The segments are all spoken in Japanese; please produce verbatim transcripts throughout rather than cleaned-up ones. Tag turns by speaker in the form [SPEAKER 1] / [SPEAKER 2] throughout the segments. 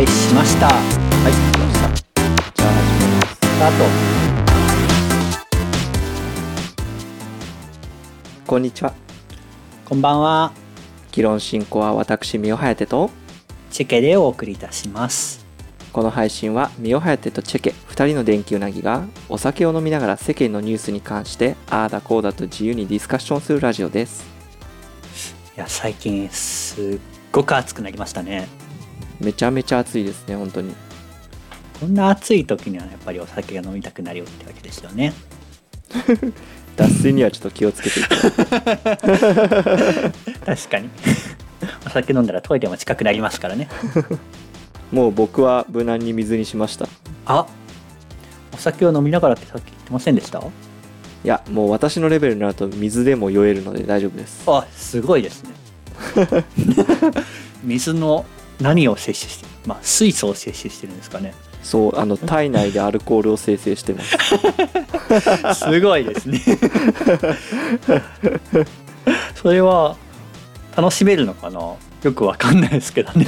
[SPEAKER 1] はいしました。
[SPEAKER 2] はい、来ました。じゃあ始めます。
[SPEAKER 1] スタート。
[SPEAKER 2] こんにちは。
[SPEAKER 1] こんばんは。
[SPEAKER 2] 議論進行は私、三尾颯と、
[SPEAKER 1] チェケでお送りいたします。
[SPEAKER 2] この配信は三尾颯とチェケふたりの電気うなぎがお酒を飲みながら世間のニュースに関してああだこうだと自由にディスカッションするラジオです。
[SPEAKER 1] いや最近すっごく暑くなりましたね。
[SPEAKER 2] めちゃめちゃ暑いですね、本当に。
[SPEAKER 1] こんな暑い時にはやっぱりお酒が飲みたくなるよってわけですよね。
[SPEAKER 2] 脱水にはちょっと気をつけていただいて
[SPEAKER 1] 確かにお酒飲んだらトイレも近くなりますからね。
[SPEAKER 2] もう僕は無難に水にしました。
[SPEAKER 1] あ、お酒を飲みながらってさっき言ってませんでした？
[SPEAKER 2] いや、もう私のレベルになると水でも酔えるので大丈夫です。
[SPEAKER 1] あ、すごいですね。水の何を摂取して、まあ水素を摂取してるんですかね。
[SPEAKER 2] そう、あの体内でアルコールを生成してます。
[SPEAKER 1] すごいですね。それは楽しめるのかな、よくわかんないですけどね。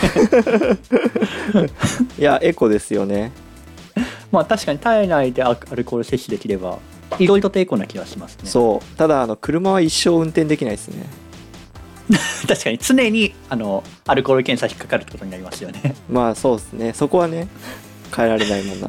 [SPEAKER 2] いや、エコですよね。
[SPEAKER 1] まあ確かに体内でアルコール摂取できればいろいろとエコな気がしますね。
[SPEAKER 2] そう、ただあの車は一生運転できないですね。
[SPEAKER 1] 確かに常にあのアルコール検査引っかかるってことになりますよね。
[SPEAKER 2] まあそうですね、そこはね変えられないもんなん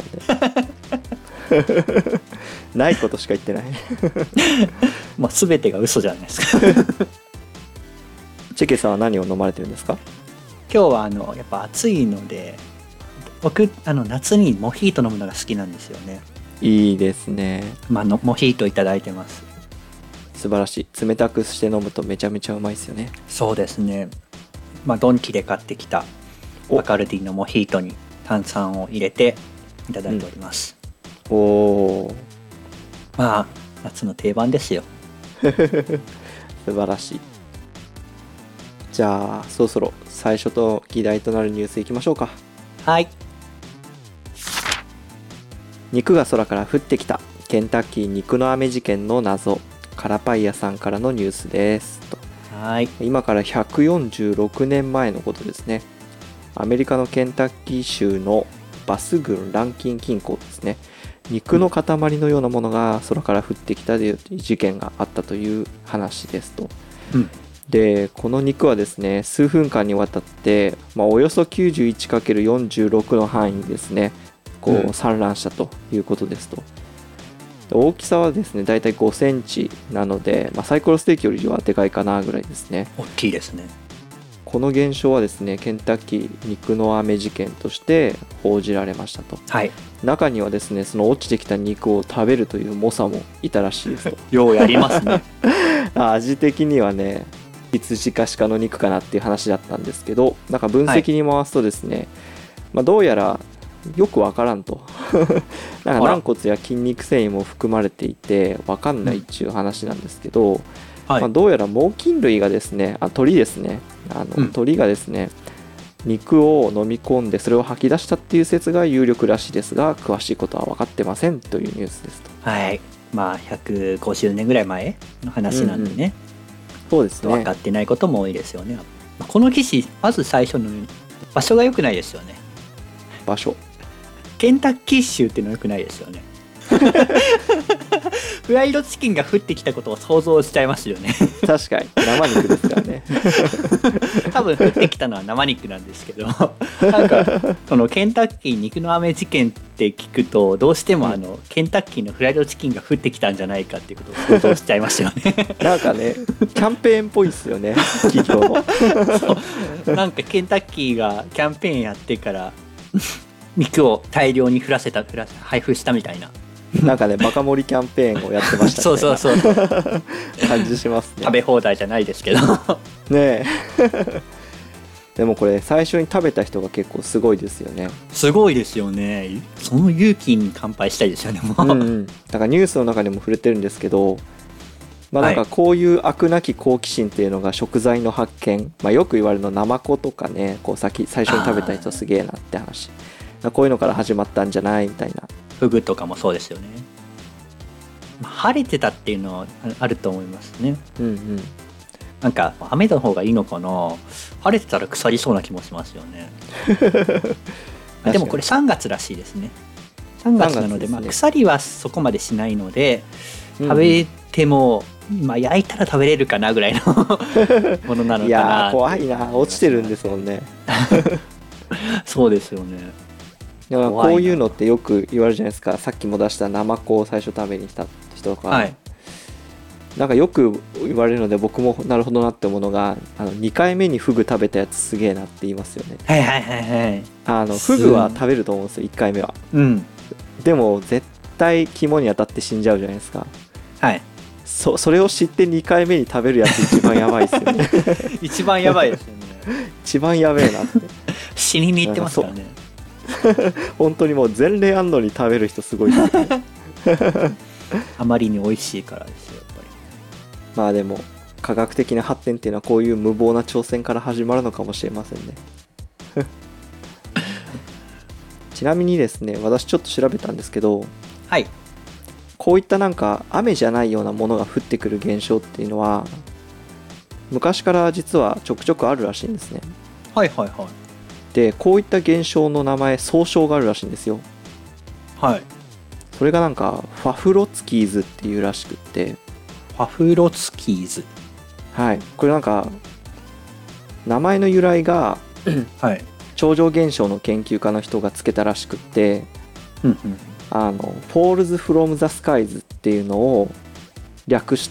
[SPEAKER 2] で。ないことしか言ってない。
[SPEAKER 1] まあ全てが嘘じゃないですか。
[SPEAKER 2] チェケさんは何を飲まれてるんですか？
[SPEAKER 1] 今日はあのやっぱ暑いので、僕あの夏にモヒート飲むのが好きなんですよね。
[SPEAKER 2] いいですね。
[SPEAKER 1] まあのモヒートいただいてます。
[SPEAKER 2] 素晴らしい。冷たくして飲むとめちゃめちゃうまいですよね。
[SPEAKER 1] そうですね。まあドンキで買ってきたバカルディのモヒートに炭酸を入れていただいております。
[SPEAKER 2] うん、おー、
[SPEAKER 1] まあ夏の定番ですよ。
[SPEAKER 2] 素晴らしい。じゃあそろそろ最初と議題となるニュースいきましょうか。
[SPEAKER 1] はい。
[SPEAKER 2] 肉が空から降ってきた。ケンタッキー肉の飴事件の謎。カラパイヤさんからのニュースですと。
[SPEAKER 1] はい。
[SPEAKER 2] 今からひゃくよんじゅうろくねんまえのことですね。アメリカのケンタッキー州のバス郡ランキン近郊ですね。肉の塊のようなものが空から降ってきたという事件があったという話ですと。
[SPEAKER 1] うん、
[SPEAKER 2] で、この肉はですね、数分間にわたって、まあ、およそ きゅうじゅういちかけるよんじゅうろく の範囲にですね、こう散乱したということですと。大きさはですね、だいたいごセンチなので、まあ、サイコロステーキよりはでかいかなぐらいですね。
[SPEAKER 1] 大きいですね。
[SPEAKER 2] この現象はですね、ケンタッキー肉の飴事件として報じられましたと。
[SPEAKER 1] はい。
[SPEAKER 2] 中にはですね、その落ちてきた肉を食べるという猛者もいたらしいですと。
[SPEAKER 1] ようやりますね。
[SPEAKER 2] 味的にはね、羊か鹿の肉かなっていう話だったんですけど、なんか分析に回すとですね、はい、まあ、どうやらよくわからんと。なんか軟骨や筋肉繊維も含まれていてわかんないっていう話なんですけど、うん、はい、まあ、どうやら猛禽類がですね、あ、鳥ですね、あの、うん、鳥がですね、肉を飲み込んでそれを吐き出したっていう説が有力らしいですが、詳しいことは分かってませんというニュースですと。
[SPEAKER 1] はい。まあひゃくごじゅうねんぐらい前の話なんでね、
[SPEAKER 2] うんうん、そうですね、
[SPEAKER 1] 分かってないことも多いですよね。この記事まず最初の場所が良くないですよね。
[SPEAKER 2] 場所、
[SPEAKER 1] ケンタッキー州っていうの良くないですよね。フライドチキンが降ってきたことを想像しちゃいますよね。
[SPEAKER 2] 確かに生肉ですからね。
[SPEAKER 1] 多分降ってきたのは生肉なんですけど、なんかそのケンタッキー肉の飴事件って聞くとどうしてもあの、うん、ケンタッキーのフライドチキンが降ってきたんじゃないかっていうことを想像しちゃいますよね。
[SPEAKER 2] なんかね、キャンペーンっぽいですよね、企業の。
[SPEAKER 1] そう、なんかケンタッキーがキャンペーンやってから肉を大量に降らせた、降ら配布したみたいな。
[SPEAKER 2] なんかね、バカ盛りキャンペーンをやってましたね。
[SPEAKER 1] そうそうそう。
[SPEAKER 2] 感じしますね。
[SPEAKER 1] 食べ放題じゃないですけど。ね
[SPEAKER 2] え。でもこれ最初に食べた人が結構すごいですよね。
[SPEAKER 1] すごいですよね。その勇気に乾杯したいですよね。もう、
[SPEAKER 2] うんうん、だからニュースの中でも触れてるんですけど、まあ、なんかこういう飽くなき好奇心っていうのが食材の発見、まあ、よく言われるのナマコとかね、こう先最初に食べた人すげえなって話、こういうのから始まったんじゃないみたいな。
[SPEAKER 1] フグとかもそうですよね。晴れてたっていうのはあると思いますね。
[SPEAKER 2] うんうん。
[SPEAKER 1] なんか雨の方がいいのかな。晴れてたら腐りそうな気もしますよね。 でもこれさんがつらしいですね。さんがつなので、まあ、腐りはそこまでしないので、食べても、まあ、焼いたら食べれるかなぐらいのものなのかな。い
[SPEAKER 2] や怖いな、落ちてるんですもんね
[SPEAKER 1] そうですよね。
[SPEAKER 2] だからこういうのってよく言われるじゃないですか。さっきも出したナマコを最初食べに来た人とか、はい、なんかよく言われるので、僕もなるほどなって思うのが、あのにかいめにフグ食べたやつすげえなって言いますよね。
[SPEAKER 1] はいはいはいはい。
[SPEAKER 2] あのフグは食べると思うんですよ、いっかいめは。
[SPEAKER 1] うん。
[SPEAKER 2] でも絶対肝に当たって死んじゃうじゃないですか。
[SPEAKER 1] はい。
[SPEAKER 2] そ, それを知ってにかいめに食べるやつ一番やばいですよね
[SPEAKER 1] 一番やばいですよね。
[SPEAKER 2] 一番やべえなって
[SPEAKER 1] 死にに行ってますからね
[SPEAKER 2] 本当にもう前例あんのに食べる人すごいですね
[SPEAKER 1] あまりに美味しいからですよ、やっぱり。
[SPEAKER 2] まあでも科学的な発展っていうのはこういう無謀な挑戦から始まるのかもしれませんねちなみにですね、私ちょっと調べたんですけど、
[SPEAKER 1] はい、
[SPEAKER 2] こういったなんか雨じゃないようなものが降ってくる現象っていうのは昔から実はちょくちょくあるらしいんですね。
[SPEAKER 1] はいはいはい。
[SPEAKER 2] でこういった現象の名前、総称があるらしいんですよ。
[SPEAKER 1] はい。
[SPEAKER 2] それがなんかファフロツキーズっていうらしくって。
[SPEAKER 1] ファフロツキーズ。
[SPEAKER 2] はい。これなんか名前の由来が
[SPEAKER 1] はい、
[SPEAKER 2] 超常現象の研究家の人がつけたらしくって、あの Falls from the skies っていうのを略して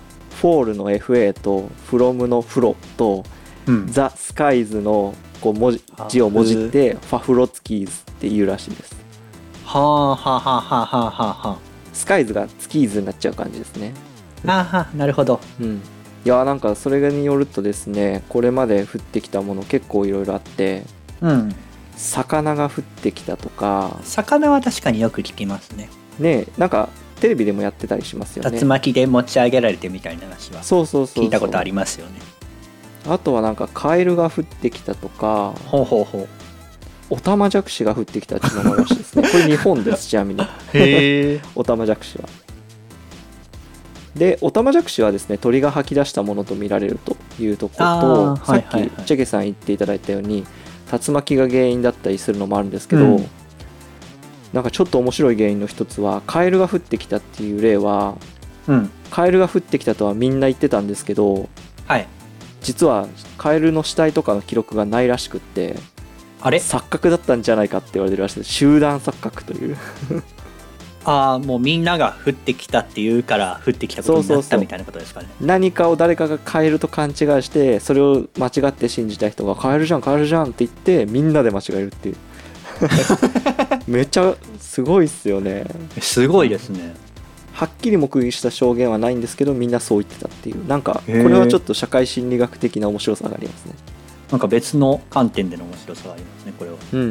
[SPEAKER 2] Fall の エフエー と From の Fro と、うん、The Skies のこう文字字をもじってファフロツキーズっていうらしいです。
[SPEAKER 1] はあはあはあはあはあはあ。
[SPEAKER 2] スカイズがツキーズになっちゃう感じですね。
[SPEAKER 1] ああ、なるほど。
[SPEAKER 2] うん。いやなんかそれによるとですね、これまで降ってきたもの結構いろいろあって、
[SPEAKER 1] うん、
[SPEAKER 2] 魚が降ってきたとか。
[SPEAKER 1] 魚は確かによく聞きますね。
[SPEAKER 2] ね、なんかテレビでもやってたりしますよね。
[SPEAKER 1] 竜巻で持ち上げられてみたいな話は
[SPEAKER 2] そうそうそうそう、
[SPEAKER 1] 聞いたことありますよね。
[SPEAKER 2] あとはなんかカエルが降ってきたとか、
[SPEAKER 1] ほうほうほう、
[SPEAKER 2] オタマジャクシが降ってきたっていうのもあるらしいですね。これ日本ですちなみに。
[SPEAKER 1] へー。
[SPEAKER 2] オタマジャクシは。でオタマジャクシはですね、鳥が吐き出したものと見られるというところと、さっき、はいはいはい、チェケさん言っていただいたように竜巻が原因だったりするのもあるんですけど、うん、なんかちょっと面白い原因の一つはカエルが降ってきたっていう例は、うん、カエルが降ってきたとはみんな言ってたんですけど、
[SPEAKER 1] はい、
[SPEAKER 2] 実はカエルの死体とかの記録がないらしくって、
[SPEAKER 1] あれ
[SPEAKER 2] 錯覚だったんじゃないかって言われてるらしいです。集団錯覚という
[SPEAKER 1] ああ、もうみんなが降ってきたっていうから降ってきたことになったみたいなことですかね。
[SPEAKER 2] そうそうそう、何かを誰かがカエルと勘違いしてそれを間違って信じた人がカエルじゃんカエルじゃんって言ってみんなで間違えるっていうめっちゃすごいっすよね。
[SPEAKER 1] すごいですね。
[SPEAKER 2] はっきり目撃した証言はないんですけどみんなそう言ってたっていう、なんかこれはちょっと社会心理学的な面白さがありますね。
[SPEAKER 1] なんか別の観点での面白さがありますね、これは。
[SPEAKER 2] うんうんうん。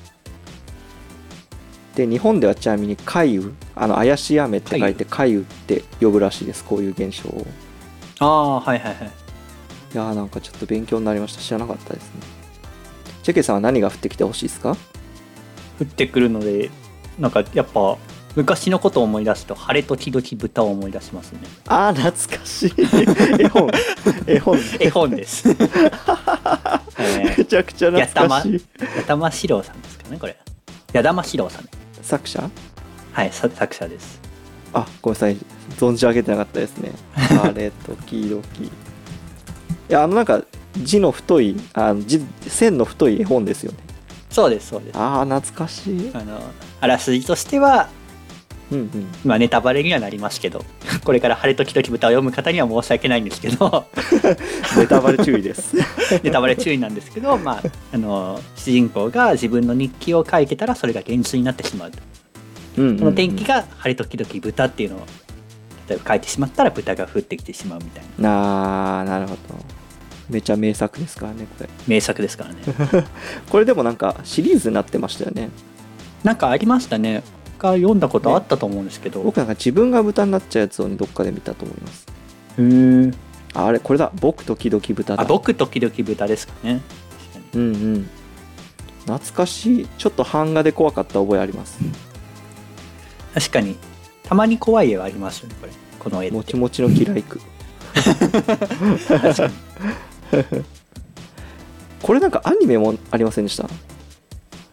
[SPEAKER 2] で日本ではちなみに怪雨、あの怪しい雨って書いて怪雨って呼ぶらしいです、こういう現象を。
[SPEAKER 1] ああ、はいはいはい。
[SPEAKER 2] いやーなんかちょっと勉強になりました。知らなかったですね。チェケさんは何が降ってきてほしいですか？
[SPEAKER 1] 降ってくるので、なんかやっぱ昔のことを思い出すと晴れ時々豚を思い出しますね。
[SPEAKER 2] ああ、懐かしい絵本絵本
[SPEAKER 1] 絵本です、え
[SPEAKER 2] ー、めちゃくちゃ懐かしい。
[SPEAKER 1] 矢玉四郎さんですかね、これ。矢玉四郎さん、
[SPEAKER 2] 作者？
[SPEAKER 1] はい、作者です。
[SPEAKER 2] あ、ごめんなさい、存じ上げてなかったですね。晴れ時々いや、あのなんか字の太い、あの字線の太い絵本ですよね。
[SPEAKER 1] そうですそうです。
[SPEAKER 2] ああ、懐かしい。
[SPEAKER 1] あのあらすじとしては、
[SPEAKER 2] うんうん、
[SPEAKER 1] まあネタバレにはなりますけど、これから晴れ時々豚を読む方には申し訳ないんですけど
[SPEAKER 2] ネタバレ注意です
[SPEAKER 1] ネタバレ注意なんですけど、まあ、あの主人公が自分の日記を書いてたらそれが現実になってしまうと、うんうんうん、その天気が晴れ時々豚っていうのを例えば書いてしまったら豚が降ってきてしまうみたい
[SPEAKER 2] な。あー、なるほど。めちゃ名作ですからね、これ。
[SPEAKER 1] 名作ですからね
[SPEAKER 2] これでもなんかシリーズになってましたよね。
[SPEAKER 1] なんかありましたね。読んだことあったと思うんですけど、ね、
[SPEAKER 2] 僕なんか自分が豚になっちゃうやつをどっかで見たと思います。
[SPEAKER 1] へー。
[SPEAKER 2] あれこれだ、僕時々豚だ。
[SPEAKER 1] あ、僕時々豚ですかね。
[SPEAKER 2] 確かに。うんうん、懐かしい。ちょっと版画で怖かった覚えあります、うん、
[SPEAKER 1] 確かにたまに怖い絵はありますよね、これ。この絵って
[SPEAKER 2] もちもちのキライク
[SPEAKER 1] 確かに。
[SPEAKER 2] これなんかアニメもありませんでした？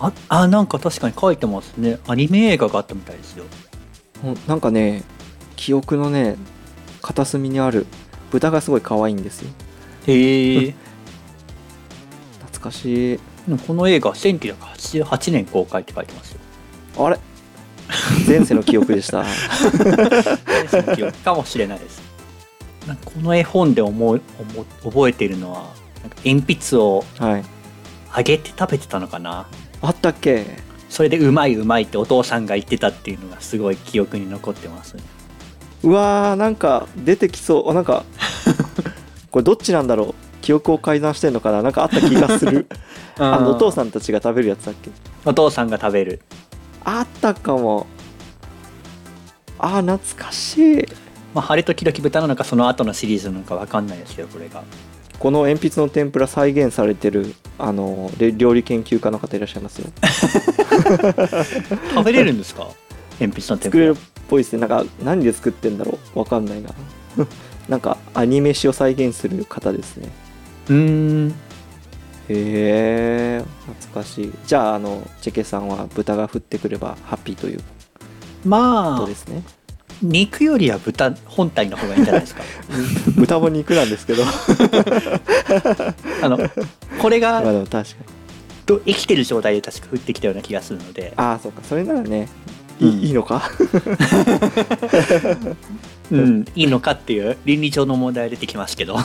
[SPEAKER 1] ああ、なんか確かに書いてますね。アニメ映画があったみたいですよ。
[SPEAKER 2] ほんなんかね記憶のね片隅にある豚がすごい可愛いんですよ。
[SPEAKER 1] へえ。
[SPEAKER 2] 懐かしい。
[SPEAKER 1] でもこの映画せんきゅうひゃくはちじゅうはちねん公開って書いてますよ。
[SPEAKER 2] あれ前世の記憶でした
[SPEAKER 1] 前世の記憶かもしれないです。なんかこの絵本で思い思覚えているのは、なんか鉛筆を
[SPEAKER 2] はい
[SPEAKER 1] 揚げて食べてたのかな。
[SPEAKER 2] あったっけ。
[SPEAKER 1] それでうまいうまいってお父さんが言ってたっていうのがすごい記憶に残ってますね。
[SPEAKER 2] うわーなんか出てきそう。なんかこれどっちなんだろう。記憶を改ざんしてんのかな。なんかあった気がするあのお父さんたちが食べるやつだっけ。
[SPEAKER 1] お父さんが食べる。
[SPEAKER 2] あったかも。あー懐かしい。
[SPEAKER 1] まあ、晴れ時々豚なのかその後のシリーズなのか分かんないですけど、これが
[SPEAKER 2] この鉛筆の天ぷら再現されてるあのれ料理研究家の方いらっしゃいますよ
[SPEAKER 1] 食べれるんですか鉛筆の天ぷら。
[SPEAKER 2] 作れるっぽいですね。なんか何で作ってんだろうわかんないななんかアニメ史を再現する方ですね。
[SPEAKER 1] うーん。
[SPEAKER 2] へえ懐かしい。じゃああのチェケさんは豚が降ってくればハッピーというこ
[SPEAKER 1] まあ
[SPEAKER 2] とですね。
[SPEAKER 1] 肉よりは豚本体の方がいいんじゃないですか
[SPEAKER 2] 豚も肉なんですけど
[SPEAKER 1] あのこれが
[SPEAKER 2] まあでも確かに
[SPEAKER 1] と生きてる状態で確か降ってきたような気がするので、
[SPEAKER 2] ああそうかそれならねいい、
[SPEAKER 1] うん、
[SPEAKER 2] いいのか
[SPEAKER 1] うん、いいのかっていう倫理上の問題が出てきますけど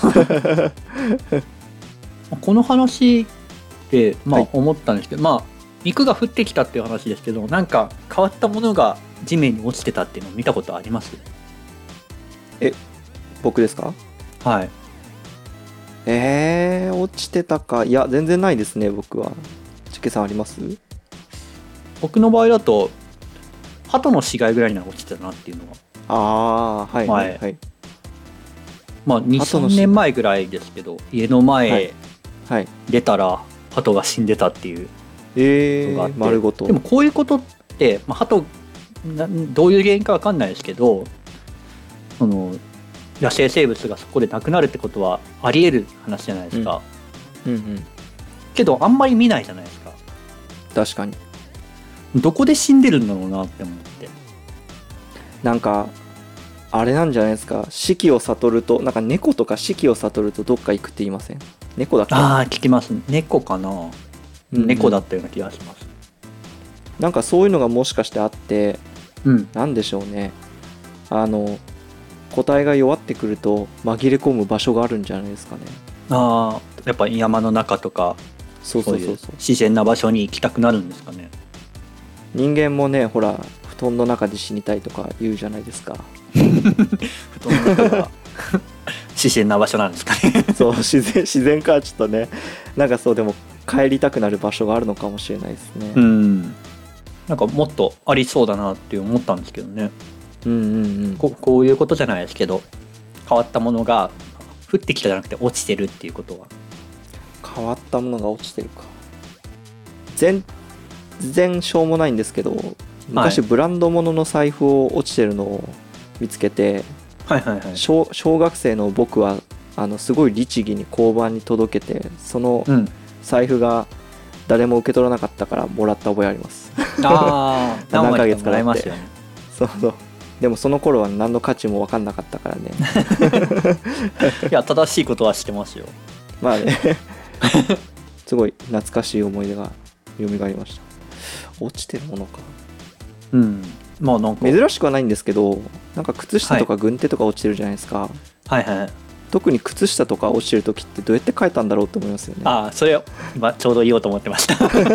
[SPEAKER 1] この話でまあ
[SPEAKER 2] はい
[SPEAKER 1] 思ったんですけど、まあ肉が降ってきたっていう話ですけど、なんか変わったものが地面に落ちてたっていうのを見たことあります？
[SPEAKER 2] 僕ですか。
[SPEAKER 1] はい。
[SPEAKER 2] えー、落ちてたか。いや全然ないですね僕は。チケさんあります？
[SPEAKER 1] 僕の場合だと鳩の死骸ぐらいには落ちてたなっていうのは、
[SPEAKER 2] ああーはいはいはい
[SPEAKER 1] まあに、
[SPEAKER 2] 鳩の死
[SPEAKER 1] さんねんまえぐらいですけど、家の前
[SPEAKER 2] はい
[SPEAKER 1] へ
[SPEAKER 2] はい
[SPEAKER 1] 出たら鳩が死んでたっていう
[SPEAKER 2] えー、
[SPEAKER 1] のがあって、
[SPEAKER 2] 丸ごと。
[SPEAKER 1] でもこういうことって、まあ、鳩などういう原因かわかんないですけど、その野生生物がそこで亡くなるってことはあり得る話じゃないですか、
[SPEAKER 2] うんうん
[SPEAKER 1] けどあんまり見ないじゃないですか。
[SPEAKER 2] 確かに。
[SPEAKER 1] どこで死んでるんだろうなって思って。
[SPEAKER 2] なんかあれなんじゃないですか。死期を悟るとなんか猫とか死期を悟るとどっか行くって言いません？猫だっけ。
[SPEAKER 1] ああ聞きます。猫かな、
[SPEAKER 2] うんうん
[SPEAKER 1] 猫だったような気がします。
[SPEAKER 2] なんかそういうのがもしかしてあって、
[SPEAKER 1] うん
[SPEAKER 2] なんでしょうね。あの個体が弱ってくると紛れ込む場所があるんじゃないですかね。
[SPEAKER 1] ああやっぱり山の中とか
[SPEAKER 2] そうそうそうそう。
[SPEAKER 1] 自然な場所に行きたくなるんですかね。
[SPEAKER 2] 人間もねほら布団の中で死にたいとか言うじゃないですか
[SPEAKER 1] 布団の中が自然な場所なんですかね
[SPEAKER 2] そう自然自然からちょっとねなんかそうでも帰りたくなる場所があるのかもしれないですね。
[SPEAKER 1] うんなんかもっとありそうだなって思ったんですけどね。
[SPEAKER 2] うんうんうん
[SPEAKER 1] こ, こういうことじゃないですけど、変わったものが降ってきたじゃなくて落ちてるっていうことは。
[SPEAKER 2] 変わったものが落ちてるか。全然しょうもないんですけど、昔ブランド物の財布を落ちてるのを見つけて、
[SPEAKER 1] はいはいはい。
[SPEAKER 2] 小, 小学生の僕はあのすごい律儀に交番に届けて、その
[SPEAKER 1] うん。
[SPEAKER 2] 財布が誰も受け取らなかったからもらった覚えあります
[SPEAKER 1] ああ
[SPEAKER 2] 何ヶ月か
[SPEAKER 1] もらいますよね。
[SPEAKER 2] そうそう。でもその頃は何の価値も分かんなかったからね
[SPEAKER 1] いや正しいことはしてますよ。
[SPEAKER 2] まあねすごい懐かしい思い出が蘇りました。落ちてるものか。
[SPEAKER 1] うん。まあなんか
[SPEAKER 2] 珍しくはないんですけど、なんか靴下とか軍手とか落ちてるじゃないですか、
[SPEAKER 1] はいはい。
[SPEAKER 2] 特に靴下とか落ちてる時ってどうやって変えたんだろうと思いますよね。
[SPEAKER 1] ああそれを今ちょうど言おうと思ってました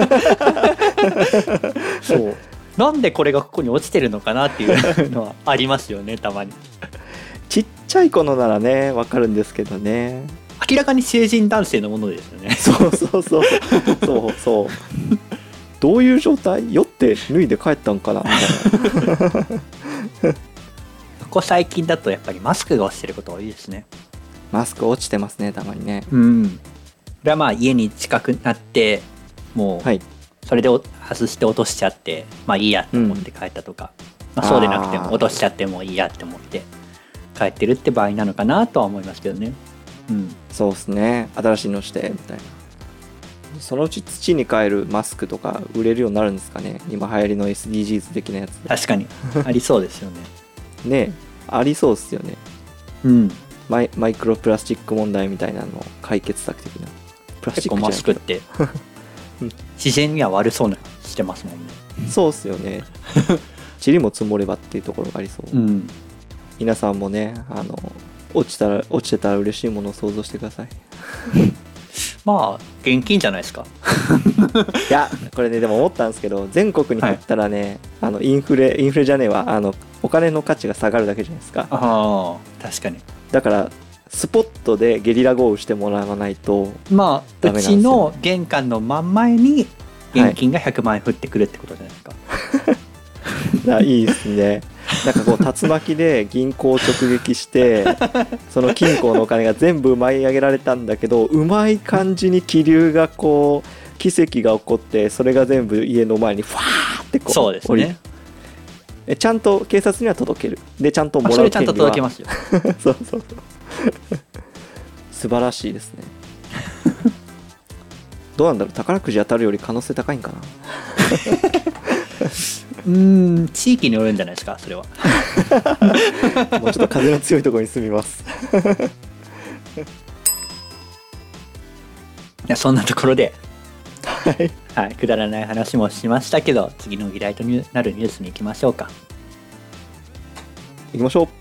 [SPEAKER 1] そうなんでこれがここに落ちてるのかなっていうのはありますよねたまに。
[SPEAKER 2] ちっちゃい子のならね分かるんですけどね。
[SPEAKER 1] 明らかに成人男性のものですよね。
[SPEAKER 2] そうそうそうそうそうどういう状態？酔って脱いで帰ったんかなみたいな
[SPEAKER 1] ここ最近だとやっぱりマスクが落ちてることが多いですね。
[SPEAKER 2] マスク落ちてますねたまにね。
[SPEAKER 1] うん。これはまあ家に近くなってもう
[SPEAKER 2] はい。
[SPEAKER 1] それで外して落としちゃってまあいいやって思って帰ったとか、まあ、そうでなくても
[SPEAKER 2] あー
[SPEAKER 1] 落としちゃってもいいやって思って帰ってるって場合なのかなとは思いますけどね。うん。
[SPEAKER 2] そうですね。新しいのしてみたいな。 そのうち土に変えるマスクとか売れるようになるんですかね。今流行りの エスディージーズ 的なやつ。
[SPEAKER 1] 確かにありそうですよね。
[SPEAKER 2] ね、ありそうですよね。
[SPEAKER 1] うん
[SPEAKER 2] マイ、マイクロプラスチック問題みたいなの解決策的な。プラスチックじゃないけど
[SPEAKER 1] 結構マスクって自然には悪そうなしてますもんね。
[SPEAKER 2] そうっすよね。塵も積もればっていうところがありそう、
[SPEAKER 1] うん、
[SPEAKER 2] 皆さんもね、あの落ちたら落ちてたら嬉しいものを想像してください。
[SPEAKER 1] まあ現金じゃないですか。
[SPEAKER 2] いやこれね、でも思ったんですけど、全国に減ったらね、はい、あのインフレインフレじゃねえわ、あのお金の価値が下がるだけじゃないですか。
[SPEAKER 1] ああ確かに。
[SPEAKER 2] だからスポットでゲリラ豪雨してもらわないと
[SPEAKER 1] まあ
[SPEAKER 2] ダメなんですよ、
[SPEAKER 1] うちの玄関の真ん前に現金がひゃくまんえん降ってくるってことじゃないですか。
[SPEAKER 2] はい、いいですね。なんかこう竜巻で銀行を直撃してその金庫のお金が全部舞い上げられたんだけど、うまい感じに気流がこう奇跡が起こって、それが全部家の前にファーってこう、
[SPEAKER 1] そうですね、
[SPEAKER 2] えちゃんと警察には届ける。でちゃんともらう
[SPEAKER 1] それちゃんと届けますよ。
[SPEAKER 2] そうそうそう素晴らしいですね。どうなんだろう、宝くじ当たるより可能性高いんかな。
[SPEAKER 1] うーん地域によるんじゃないですかそれは。
[SPEAKER 2] もうちょっと風の強いところに住みます。
[SPEAKER 1] いやそんなところで、
[SPEAKER 2] はい
[SPEAKER 1] はい、くだらない話もしましたけど、次の議題となるニュースに行きましょうか。
[SPEAKER 2] 行きましょう。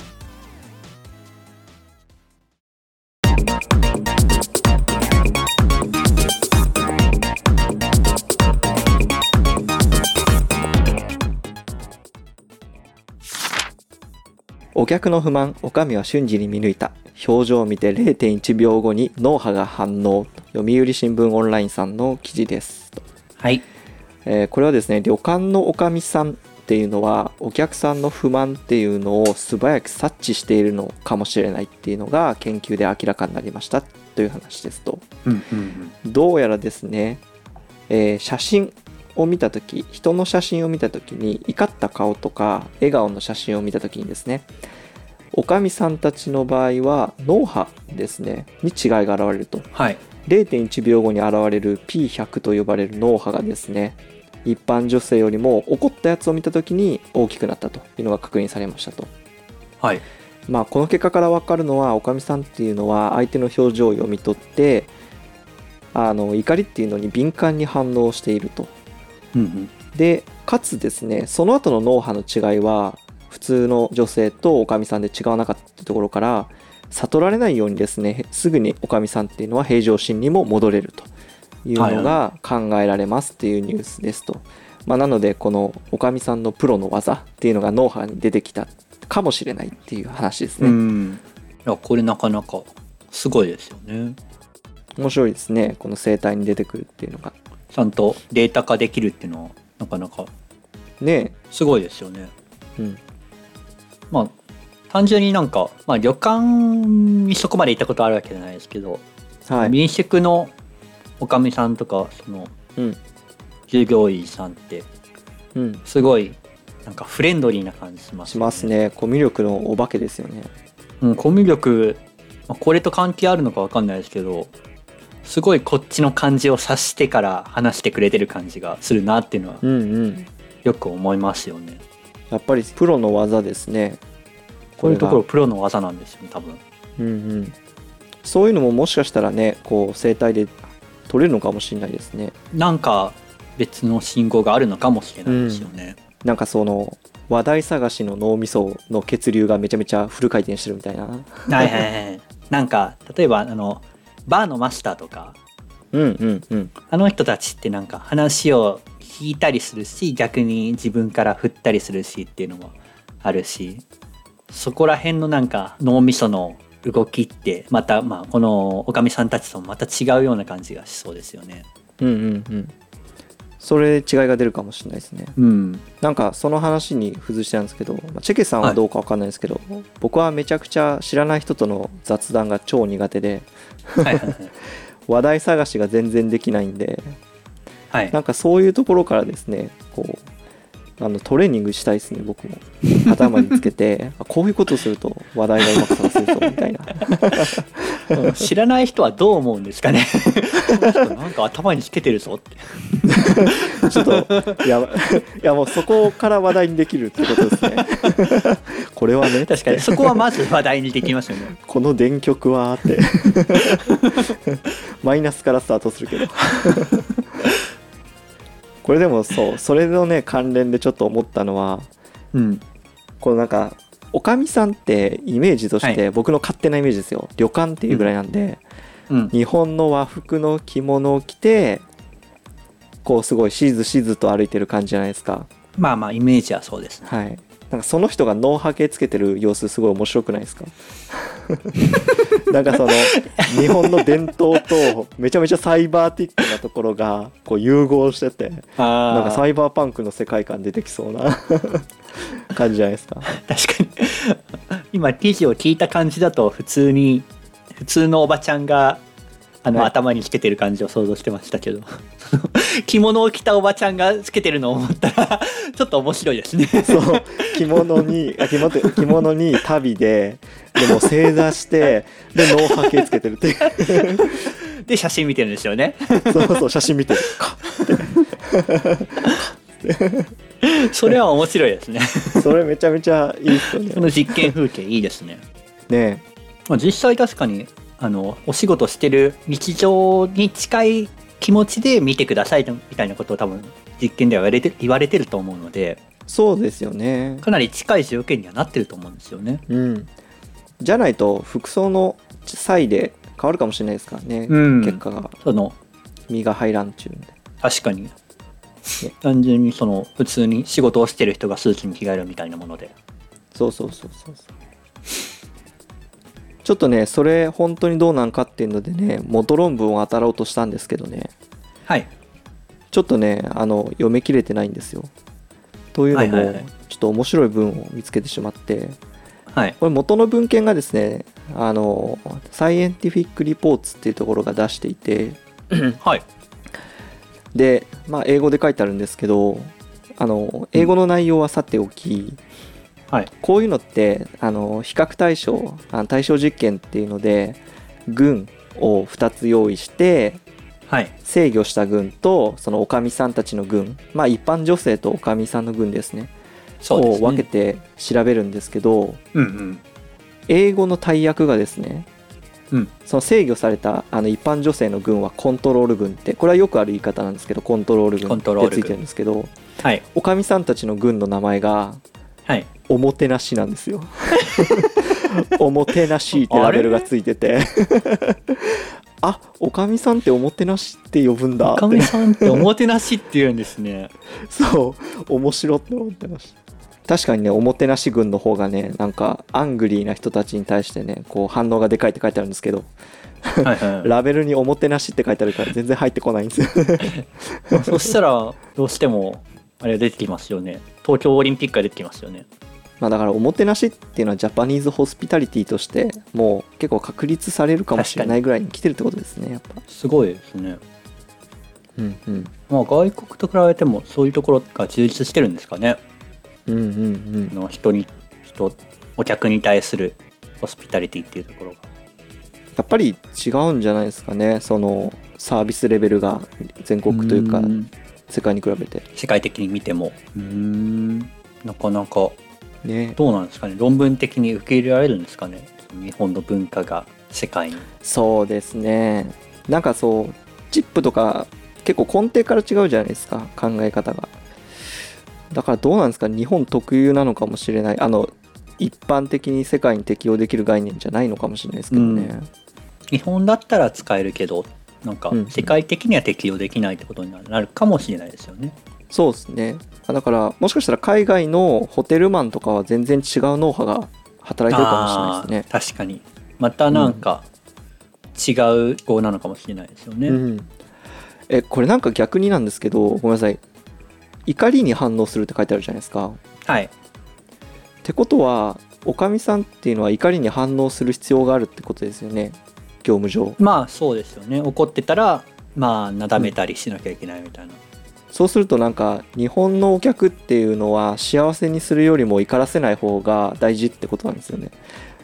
[SPEAKER 2] お客の不満、おかみは瞬時に見抜いた。表情を見て れいてんいちびょうごに脳波が反応。読売新聞オンラインさんの記事です。
[SPEAKER 1] はい、
[SPEAKER 2] えー、これはですね、旅館のおかみさんっていうのはお客さんの不満っていうのを素早く察知しているのかもしれないっていうのが研究で明らかになりましたという話ですと、
[SPEAKER 1] うんうんうん、
[SPEAKER 2] どうやらですね、えー、写真を見たとき、人の写真を見たときに怒った顔とか笑顔の写真を見たときにですね、おかみさんたちの場合は脳波ですねに違いが現れると、
[SPEAKER 1] はい、
[SPEAKER 2] れいてんいちびょうごに現れる ピーひゃく と呼ばれる脳波がですね、一般女性よりも怒ったやつを見たときに大きくなったというのが確認されましたと。
[SPEAKER 1] はい、
[SPEAKER 2] まあこの結果から分かるのは、おかみさんっていうのは相手の表情を読み取ってあの怒りっていうのに敏感に反応していると。
[SPEAKER 1] うんうん、
[SPEAKER 2] でかつですね、その後の脳波の違いは普通の女性とおかみさんで違わなかったところから、悟られないようにですね、すぐにおかみさんっていうのは平常心にも戻れるというのが考えられますっていうニュースですと、はいはい、まあ、なのでこのおかみさんのプロの技っていうのが脳波に出てきたかもしれないっていう話ですね。
[SPEAKER 1] うん、いやこれなかなかすごいですよね。
[SPEAKER 2] 面白いですね、この生態に出てくるっていうのが
[SPEAKER 1] ちゃんとデータ化できるっていうのはなかなかねすごいですよね。
[SPEAKER 2] うん、
[SPEAKER 1] まあ単純になんか、まあ、旅館にそこまで行ったことあるわけじゃないですけど、はい、民宿のおかみさんとかその、うん、従業員さんってすごいなんかフレンドリーな感じしますね。
[SPEAKER 2] しますね。コミュ力のお化けですよね。
[SPEAKER 1] うん、コミュ力、まあ、これと関係あるのか分かんないですけど、すごいこっちの感じを察してから話してくれてる感じがするなっていうのはよく思いますよね。うんうん、
[SPEAKER 2] やっぱりプロの技ですね。
[SPEAKER 1] こういうところプロの技なんですよね多分。
[SPEAKER 2] うんうん、そういうのももしかしたらね、こう生態で取れるのかもしれないですね。
[SPEAKER 1] なんか別の信号があるのかもしれないですよね。
[SPEAKER 2] うん、なんかその話題探しの脳みその血流がめちゃめちゃフル回転してるみたいな。
[SPEAKER 1] はいはいはい。なんか例えばあのバーのマスターとか、
[SPEAKER 2] うんうんうん、
[SPEAKER 1] あの人たちってなんか話を聞いたりするし、逆に自分から振ったりするしっていうのもあるし、そこら辺のなんか脳みその動きってまた、まあ、このおかみさんたちともまた違うような感じがしそうですよね。
[SPEAKER 2] うんうんうん、それ違いが出るかもしれないですね。うん、なんかその話に付随してなんですけど、チェケさんはどうか分かんないですけど、はい、僕はめちゃくちゃ知らない人との雑談が超苦手ではいはい、はい、話題探しが全然できないんで、はい、なんかそういうところからですね、こうあのトレーニングしたいですね。僕も頭につけてこういうことをすると話題がうまく探せるぞみたいな
[SPEAKER 1] 知らない人はどう思うんですかねこの人なんか頭につけてるぞって
[SPEAKER 2] ちょっといや、いやもうそこから話題にできるってことですねこれはね
[SPEAKER 1] 確かにそこはまず話題にできますよね
[SPEAKER 2] この電極はってマイナスからスタートするけどこれでもそうそれのね関連でちょっと思ったのは、
[SPEAKER 1] うん、
[SPEAKER 2] このなんかおかみさんってイメージとして、はい、僕の勝手なイメージですよ、旅館っていうぐらいなんで、うん、日本の和服の着物を着てこうすごいしずしずと歩いてる感じじゃないですか。
[SPEAKER 1] まあまあイメージはそうですね。
[SPEAKER 2] はい。なんかその人が脳波計つけてる様子すごい面白くないですかなんかその日本の伝統とめちゃめちゃサイバーティックなところがこう融合してて、なんかサイバーパンクの世界観出てきそうな感じじゃないですか。
[SPEAKER 1] 確かに今記事を聞いた感じだと普通に普通のおばちゃんがあの、はい、頭につけてる感じを想像してましたけど着物を着たおばちゃんがつけてるのを思ったらちょっと面白いですね。
[SPEAKER 2] そう着物にあ着物着物に足袋ででも正座してで脳波計つけてるって
[SPEAKER 1] で写真見てるんですよね。
[SPEAKER 2] そうそう写真見てる
[SPEAKER 1] それは面白いですね。
[SPEAKER 2] それめちゃめちゃいいですよね。
[SPEAKER 1] この実験風景いいですね。
[SPEAKER 2] ね
[SPEAKER 1] え実際確かにあのお仕事してる日常に近い気持ちで見てくださいみたいなことを多分実験では言われて、言われてると思うので、
[SPEAKER 2] そうですよね。
[SPEAKER 1] かなり近い条件にはなってると思うんですよね。
[SPEAKER 2] うん、じゃないと服装の際で変わるかもしれないですからね、うん、結果がその身が入らんっちゅうんで。
[SPEAKER 1] 確かに、ね、単純にその普通に仕事をしてる人がスーツに着替えるみたいなもので。
[SPEAKER 2] そうそうそうそうそう。ちょっとねそれ本当にどうなんかっていうのでね元論文を当たろうとしたんですけどね、
[SPEAKER 1] はい、
[SPEAKER 2] ちょっとねあの読めきれてないんですよ。というのも、はいはいはい、ちょっと面白い文を見つけてしまって、はい、これ元の文献がですねあのサイエンティフィックリポーツっていうところが出していて
[SPEAKER 1] はい、
[SPEAKER 2] で、まあ、英語で書いてあるんですけどあの英語の内容はさておき、うんはい、こういうのってあの比較対象対象実験っていうので群をふたつ用意して、はい、制御した群とそのおかみさんたちの群、まあ一般女性とおかみさんの群ですね、そうですねを分けて調べるんですけど、うんうん、英語の大役がですね、うん、その制御されたあの一般女性の群はコントロール群って、これはよくある言い方なんですけどコントロール群ってついてるんですけど、はい、おかみさんたちの群の名前がはい、おもてなしなんですよ。おもてなしってラベルがついててあ、おかみさんっておもてなしって呼ぶんだって。
[SPEAKER 1] おかみさんっておもてなしって言うんですね。
[SPEAKER 2] そう面白って思ってました。確かにねおもてなし群の方がねなんかアングリーな人たちに対してねこう反応がでかいって書いてあるんですけどはい、はい、ラベルにおもてなしって書いてあるから全然入ってこないんですよ。
[SPEAKER 1] そしたらどうしてもあれ出てきますよね。東京オリンピックが出てきますよね。
[SPEAKER 2] まあだからおもてなしっていうのはジャパニーズホスピタリティとしてもう結構確立されるかもしれないぐらいに来てるってことですね。やっぱ
[SPEAKER 1] すごいですね。
[SPEAKER 2] うんうん。
[SPEAKER 1] まあ外国と比べてもそういうところが充実してるんですかね。
[SPEAKER 2] うんうんうん。
[SPEAKER 1] の人に人お客に対するホスピタリティっていうところが
[SPEAKER 2] やっぱり違うんじゃないですかね。そのサービスレベルが全国というか世界に比べて
[SPEAKER 1] 世界的に見てもうーんなかなか、ね、どうなんですかね。論文的に受け入れられるんですかね、日本の文化が世界に。
[SPEAKER 2] そうですね。なんかそうチップとか結構根底から違うじゃないですか、考え方が。だからどうなんですか、日本特有なのかもしれない。あの一般的に世界に適用できる概念じゃないのかもしれないですけどね、うん、
[SPEAKER 1] 日本だったら使えるけどなんか世界的には適用できないってことになるかもしれないですよね。
[SPEAKER 2] そうですね。だからもしかしたら海外のホテルマンとかは全然違うノウハウが働いてるかもしれないですね。
[SPEAKER 1] 確かにまたなんか違う語なのかもしれないですよね、うんうん、
[SPEAKER 2] えこれなんか逆になんですけどごめんなさい、怒りに反応するって書いてあるじゃないですか。
[SPEAKER 1] はい。
[SPEAKER 2] ってことはおかみさんっていうのは怒りに反応する必要があるってことですよね、業務上。
[SPEAKER 1] まあそうですよね。怒ってたらまあなだめたりしなきゃいけないみたいな、うん、
[SPEAKER 2] そうするとなんか日本のお客っていうのは幸せにするよりも怒らせない方が大事ってことなんですよね。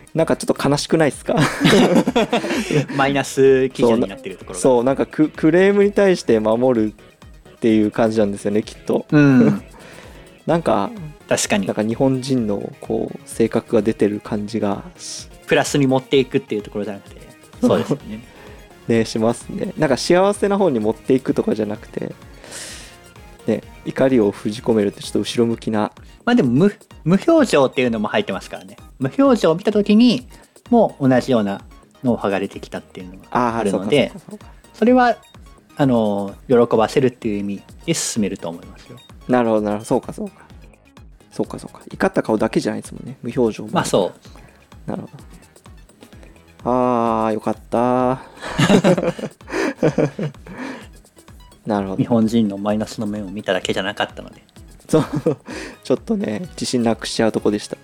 [SPEAKER 2] なんかちょっと悲しくないですか
[SPEAKER 1] マイナス基準になってるところが
[SPEAKER 2] そうなんかク、クレームに対して守るっていう感じなんですよねきっと、
[SPEAKER 1] うん、
[SPEAKER 2] なんか
[SPEAKER 1] 確かに
[SPEAKER 2] なんか日本人のこう性格が出てる感じが
[SPEAKER 1] プラスに持っていくっていうところじゃなくてそうですよね
[SPEAKER 2] ねしますね。なんか幸せな方に持っていくとかじゃなくて、ね、怒りを封じ込めるってちょっと後ろ向きな。
[SPEAKER 1] まあでも 無, 無表情っていうのも入ってますからね。無表情を見た時にもう同じような脳波が出てきたっていうのがあるので、それはあの喜ばせるっていう意味で進めると思いますよ。
[SPEAKER 2] なるほどなるほど、そうかそうかそうかそうか、怒った顔だけじゃないですもんね、無表情も。
[SPEAKER 1] まあそう
[SPEAKER 2] なるほど。あーよかったなるほど。
[SPEAKER 1] 日本人のマイナスの面を見ただけじゃなかったので、
[SPEAKER 2] そうちょっとね自信なくしちゃうとこでした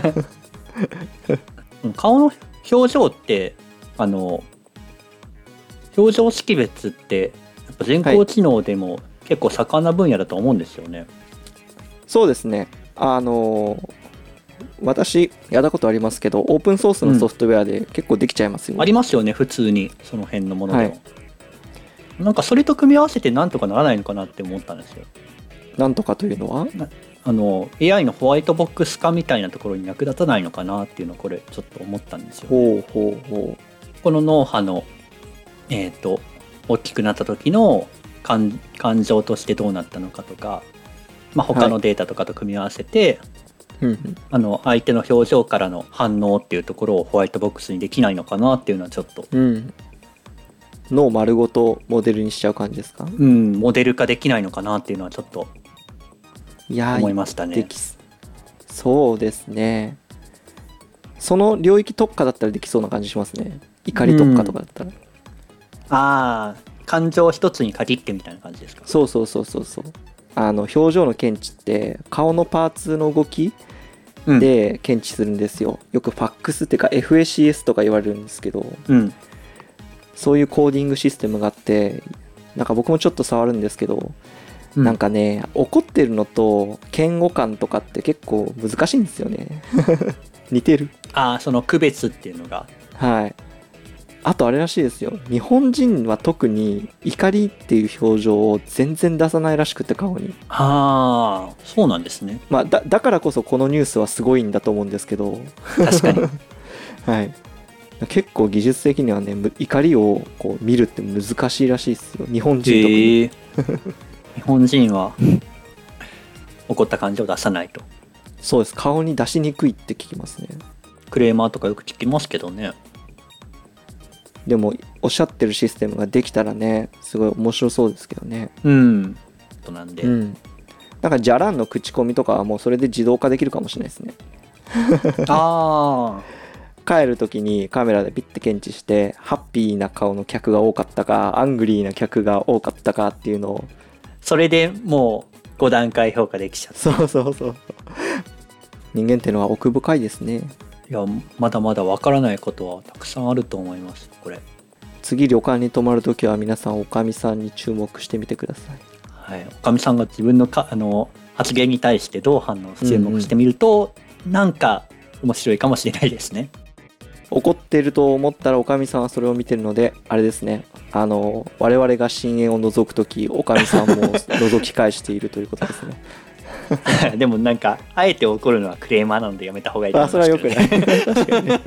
[SPEAKER 1] 顔の表情ってあの表情識別ってやっぱ人工知能でも結構盛んな分野だと思うんですよね、はい、
[SPEAKER 2] そうですね。あの私やったことありますけど、オープンソースのソフトウェアで結構できちゃいますよね、
[SPEAKER 1] うん、ありますよね普通にその辺のものでも、
[SPEAKER 2] はい、
[SPEAKER 1] なんかそれと組み合わせてなんとかならないのかなって思ったんですよ。
[SPEAKER 2] なんとかというのは
[SPEAKER 1] あの エーアイ のホワイトボックス化みたいなところに役立たないのかなっていうのをこれちょっと思ったんですよ、ね、
[SPEAKER 2] ほうほうほう。
[SPEAKER 1] この脳波のえっと大きくなった時の 感, 感情としてどうなったのかとか、まあ、他のデータとかと組み合わせて、はい、あの相手の表情からの反応っていうところをホワイトボックスにできないのかなっていうのはちょっと、
[SPEAKER 2] うん、脳丸ごとモデルにしちゃう感じですか？
[SPEAKER 1] うん、モデル化できないのかなっていうのはちょっと
[SPEAKER 2] いや
[SPEAKER 1] 思いましたね。
[SPEAKER 2] できそうですね。その領域特化だったらできそうな感じしますね。怒り特化とかだったら、うん、
[SPEAKER 1] ああ感情一つに限ってみたいな感じですか？
[SPEAKER 2] そうそうそうそうそう。あの表情の検知って顔のパーツの動きで検知するんですよ、うん、よくファックスっていうか エフエーシーエス とか言われるんですけど、うん、そういうコーディングシステムがあって、なんか僕もちょっと触るんですけど、うん、なんかね怒ってるのと嫌悪感とかって結構難しいんですよね似てる。
[SPEAKER 1] ああその区別っていうのが、
[SPEAKER 2] はい。あとあれらしいですよ、日本人は特に怒りっていう表情を全然出さないらしくて顔に。
[SPEAKER 1] ああそうなんですね、
[SPEAKER 2] まあ、だ, だからこそこのニュースはすごいんだと思うんですけど
[SPEAKER 1] 確かに
[SPEAKER 2] はい結構技術的にはね怒りをこう見るって難しいらしいですよ日本人特に、えー、
[SPEAKER 1] 日本人は怒った感情を出さないと。
[SPEAKER 2] そうです、顔に出しにくいって聞きますね。
[SPEAKER 1] クレーマーとかよく聞きますけどね。
[SPEAKER 2] でもおっしゃってるシステムができたらねすごい面白そうですけどね。
[SPEAKER 1] うんとなんで、うん、
[SPEAKER 2] なんかじゃらんの口コミとかはもうそれで自動化できるかもしれないですね
[SPEAKER 1] ああ
[SPEAKER 2] 帰る時にカメラでピッて検知してハッピーな顔の客が多かったかアングリーな客が多かったかっていうのを
[SPEAKER 1] それでもうご段階評価できちゃう。
[SPEAKER 2] そうそうそう人間ってのは奥深いですね。
[SPEAKER 1] いやまだまだわからないことはたくさんあると思います。これ
[SPEAKER 2] 次旅館に泊まるときは皆さんおかみさんに注目してみてください。
[SPEAKER 1] はい、おかみさんが自分のかあの発言に対してどう反応注目してみると、うんうん、なんか面白いかもしれないですね。
[SPEAKER 2] 怒ってると思ったらおかみさんはそれを見てるのであれですね、あの我々が深淵を覗くときおかみさんも覗き返しているということですね
[SPEAKER 1] でもなんかあえて怒るのはクレーマーなのでやめた方がいいと思いますけどね。
[SPEAKER 2] あ、それは良くない確かにね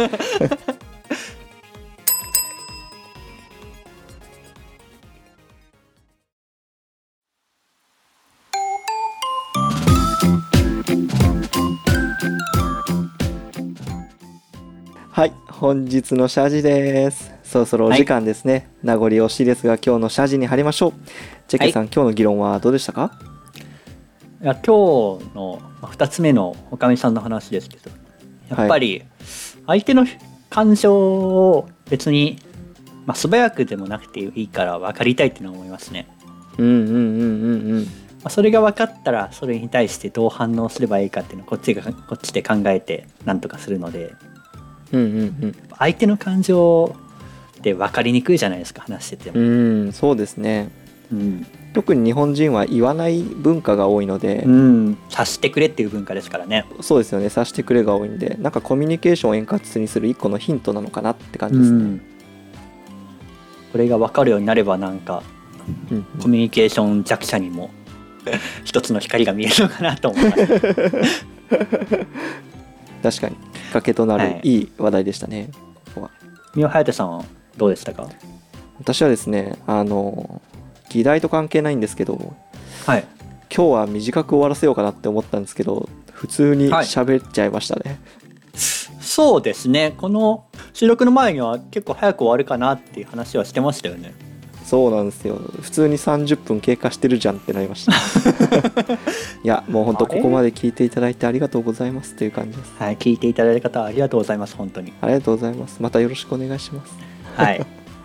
[SPEAKER 2] はい、本日の謝辞です。そろそろお時間ですね、はい、名残惜しいですが今日の謝辞に入りましょう。チェケさん、はい、今日の議論はどうでしたか？
[SPEAKER 1] いや今日のふたつめのおかみさんの話ですけど、やっぱり相手の感情を別に、まあ、素早くでもなくていいから分かりたいっていうのは思いますね。
[SPEAKER 2] うんうんうんうんうん。
[SPEAKER 1] まあ、それが分かったらそれに対してどう反応すればいいかっていうのをこっちがこっちで考えてなんとかするので、
[SPEAKER 2] うんうんうん、
[SPEAKER 1] 相手の感情って分かりにくいじゃないですか話してても。
[SPEAKER 2] うんそうですね、
[SPEAKER 1] うん、
[SPEAKER 2] 特に日本人は言わない文化が多いので、
[SPEAKER 1] うん、察してくれっていう文化ですからね。
[SPEAKER 2] そうですよね、察してくれが多いんで、なんかコミュニケーションを円滑にする一個のヒントなのかなって感じですね、うん、
[SPEAKER 1] これが分かるようになればなんか、うんうん、コミュニケーション弱者にも一つの光が見えるのかなと思います
[SPEAKER 2] 確かにきっかけとなるいい話題でしたね、はい、ここは。
[SPEAKER 1] 三輪颯さんはどうでしたか？
[SPEAKER 2] 私はですね、あの議題と関係ないんですけど、はい、今日は短く終わらせようかなって思ったんですけど、普通に喋っちゃいましたね、はい、
[SPEAKER 1] そうですね、この収録の前には結構早く終わるかなっていう話はしてましたよね。
[SPEAKER 2] そうなんですよ、普通にさんじゅっぷん経過してるじゃんってなりましたいやもう本当ここまで聞いていただいてありがとうございますという感じです。
[SPEAKER 1] はい、聞いていただいた方ありがとうございます。本当に
[SPEAKER 2] ありがとうございます。またよろしくお願いします。
[SPEAKER 1] はい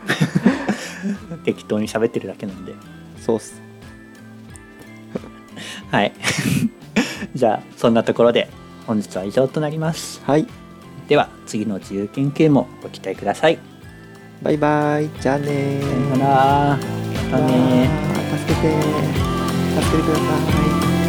[SPEAKER 1] 適当に喋ってるだけなんで。
[SPEAKER 2] そうっす
[SPEAKER 1] はいじゃあそんなところで本日は以上となります。
[SPEAKER 2] はい、
[SPEAKER 1] では次の自由研究もご期待ください。
[SPEAKER 2] バイバイ、じゃあねー。
[SPEAKER 1] さよなら。またねー。
[SPEAKER 2] 助けて助けてください。